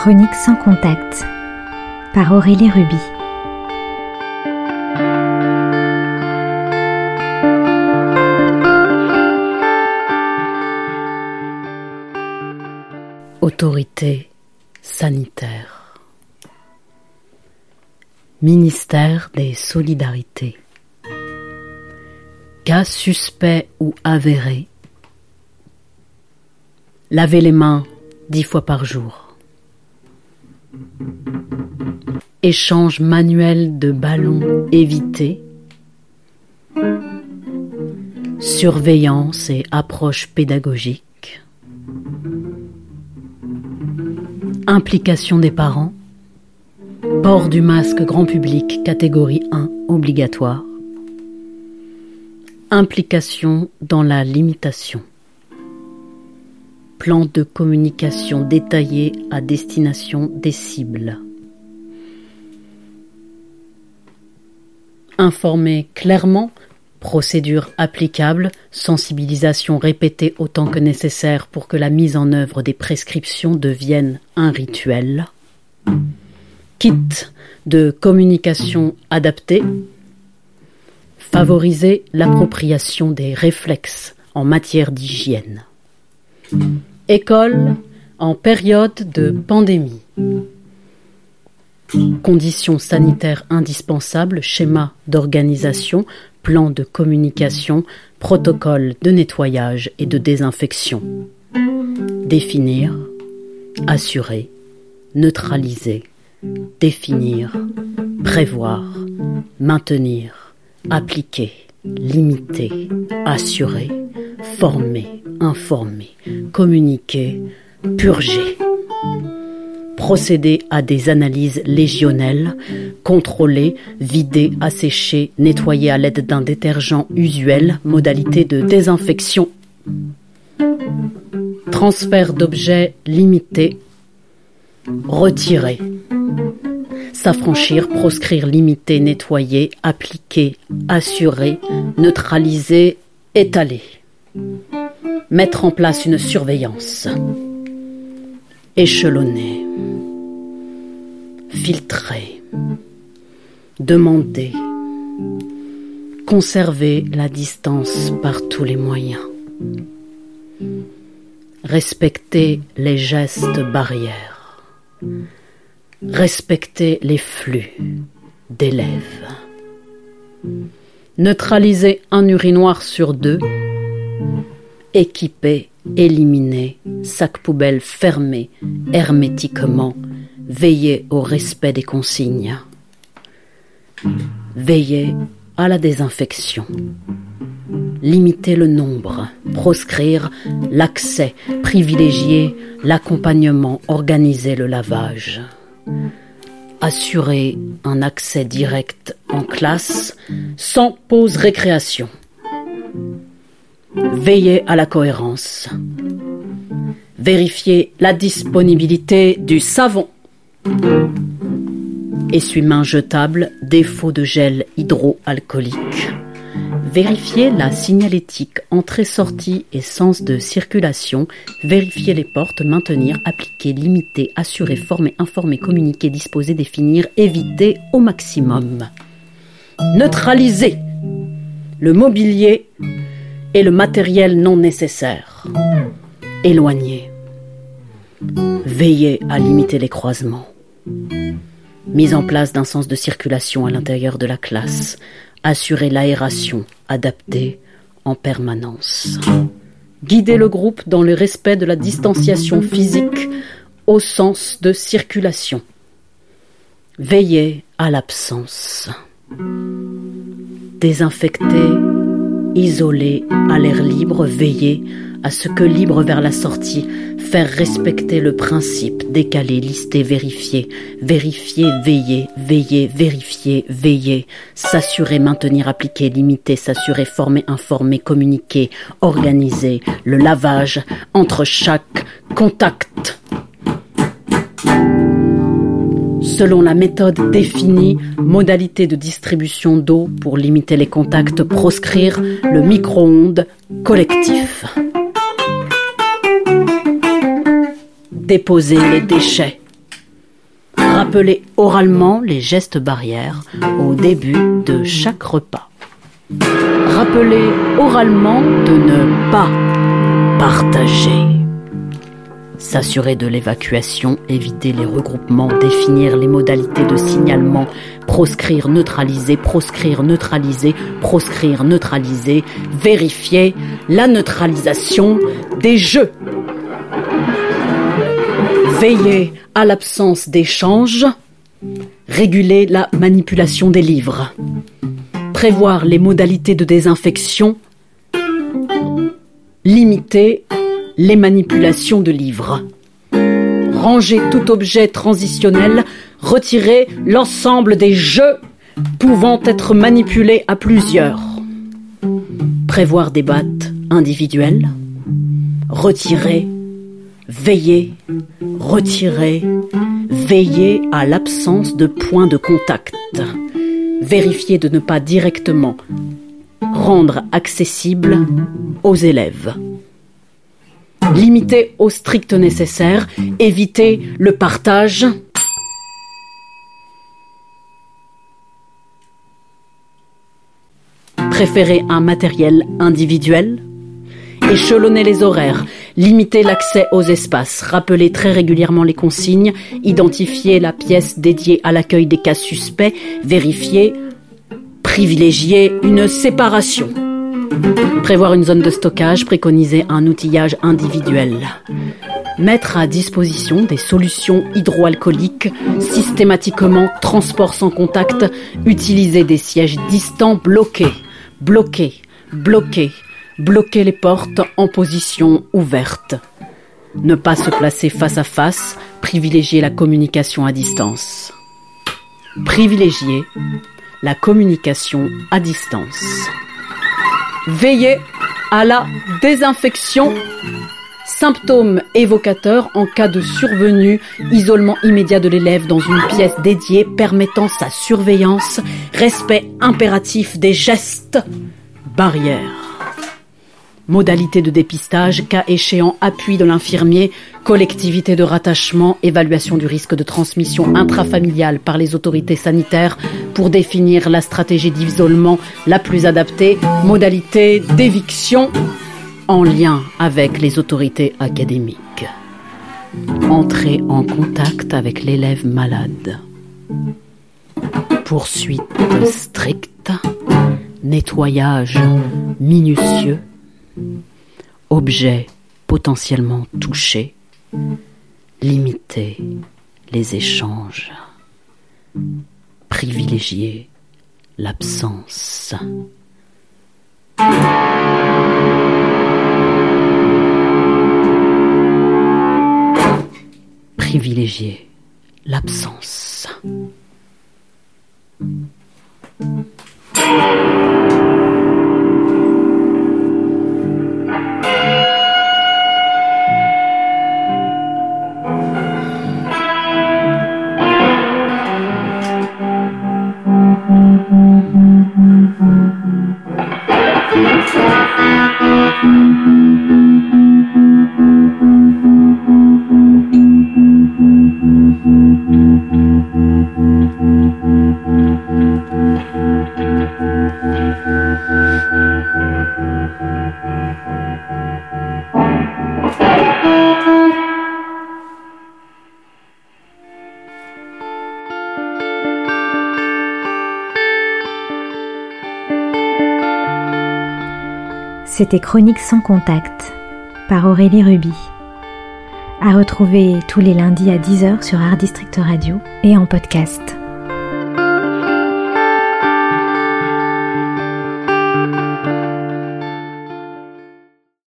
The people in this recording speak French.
Chronique sans contact par Aurélie Ruby. Autorité sanitaire. Ministère des Solidarités. Cas suspect ou avéré. Lavez les mains 10 fois par jour. Échange manuel de ballons évité. Surveillance et approche pédagogique. Implication des parents. Port du masque grand public catégorie 1 obligatoire. Implication dans la limitation. Plan de communication détaillé à destination des cibles. Informer clairement, procédure applicable, sensibilisation répétée autant que nécessaire pour que la mise en œuvre des prescriptions devienne un rituel. Kit de communication adapté. Favoriser l'appropriation des réflexes en matière d'hygiène. École en période de pandémie. Conditions sanitaires indispensables, schéma d'organisation, plan de communication, protocole de nettoyage et de désinfection. Définir, assurer, neutraliser, définir, prévoir, maintenir, appliquer, limiter, assurer, former, informer, communiquer, purger. Procéder à des analyses légionnelles, contrôler, vider, assécher, nettoyer à l'aide d'un détergent usuel, modalité de désinfection. Transfert d'objets limité, retirer. S'affranchir, proscrire, limiter, nettoyer, appliquer, assurer, neutraliser, étaler. Mettre en place une surveillance. Échelonner. Filtrer. Demander. Conserver la distance par tous les moyens. Respecter les gestes barrières. Respecter les flux d'élèves. Neutraliser un urinoir sur 2. Équiper, éliminer, sac poubelle fermé hermétiquement. Veiller au respect des consignes. Veiller à la désinfection. Limiter le nombre, proscrire l'accès, privilégier l'accompagnement, organiser le lavage. Assurer un accès direct en classe sans pause récréation. Veiller à la cohérence. Vérifier la disponibilité du savon. Essuie-mains jetable, défaut de gel hydroalcoolique. Vérifier la signalétique entrée-sortie et sens de circulation. Vérifier les portes, maintenir, appliquer, limiter, assurer, former, informer, communiquer, disposer, définir, éviter au maximum. Neutraliser le mobilier et le matériel non nécessaire. Éloigner. Veiller à limiter les croisements. Mise en place d'un sens de circulation à l'intérieur de la classe. Assurer l'aération adaptée en permanence. Guider le groupe dans le respect de la distanciation physique au sens de circulation. Veiller à l'absence. Désinfecter, isoler à l'air libre, veiller à ce que libre vers la sortie, faire respecter le principe, décaler, lister, vérifier, vérifier, veiller, veiller, vérifier, veiller, s'assurer, maintenir, appliquer, limiter, s'assurer, former, informer, communiquer, organiser, le lavage entre chaque contact. Selon la méthode définie, modalité de distribution d'eau pour limiter les contacts, proscrire le micro-ondes collectif. Déposer les déchets Rappelez oralement les gestes barrières au début de chaque repas. Rappelez oralement de ne pas partager. S'assurer de l'évacuation, éviter les regroupements, définir les modalités de signalement, proscrire, neutraliser, proscrire, neutraliser, proscrire, neutraliser, vérifier la neutralisation des jeux. Veiller à l'absence d'échange, réguler la manipulation des livres, prévoir les modalités de désinfection, limiter les manipulations de livres. Ranger tout objet transitionnel, retirer l'ensemble des jeux pouvant être manipulés à plusieurs. Prévoir des battes individuelles, retirer, veiller, retirer, veiller à l'absence de points de contact. Vérifier de ne pas directement rendre accessible aux élèves. Limiter au strict nécessaire, éviter le partage. Préférer un matériel individuel. Échelonner les horaires, limiter l'accès aux espaces, rappeler très régulièrement les consignes, identifier la pièce dédiée à l'accueil des cas suspects, vérifier, privilégier une séparation. Prévoir une zone de stockage, préconiser un outillage individuel. Mettre à disposition des solutions hydroalcooliques, systématiquement transport sans contact, utiliser des sièges distants bloqués, bloquer les portes en position ouverte. Ne pas se placer face à face, privilégier la communication à distance. Privilégier la communication à distance. Veiller à la désinfection. Symptômes évocateurs en cas de survenue, isolement immédiat de l'élève dans une pièce dédiée permettant sa surveillance, respect impératif des gestes barrières. Modalité de dépistage, cas échéant, appui de l'infirmier, collectivité de rattachement, évaluation du risque de transmission intrafamiliale par les autorités sanitaires pour définir la stratégie d'isolement la plus adaptée, modalité d'éviction en lien avec les autorités académiques. Entrée en contact avec l'élève malade. Poursuite stricte, nettoyage minutieux, objets potentiellement touchés, limiter les échanges, privilégier l'absence. Privilégier l'absence. C'était Chroniques sans contact par Aurélie Ruby. À retrouver tous les lundis à 10h sur Art District Radio et en podcast.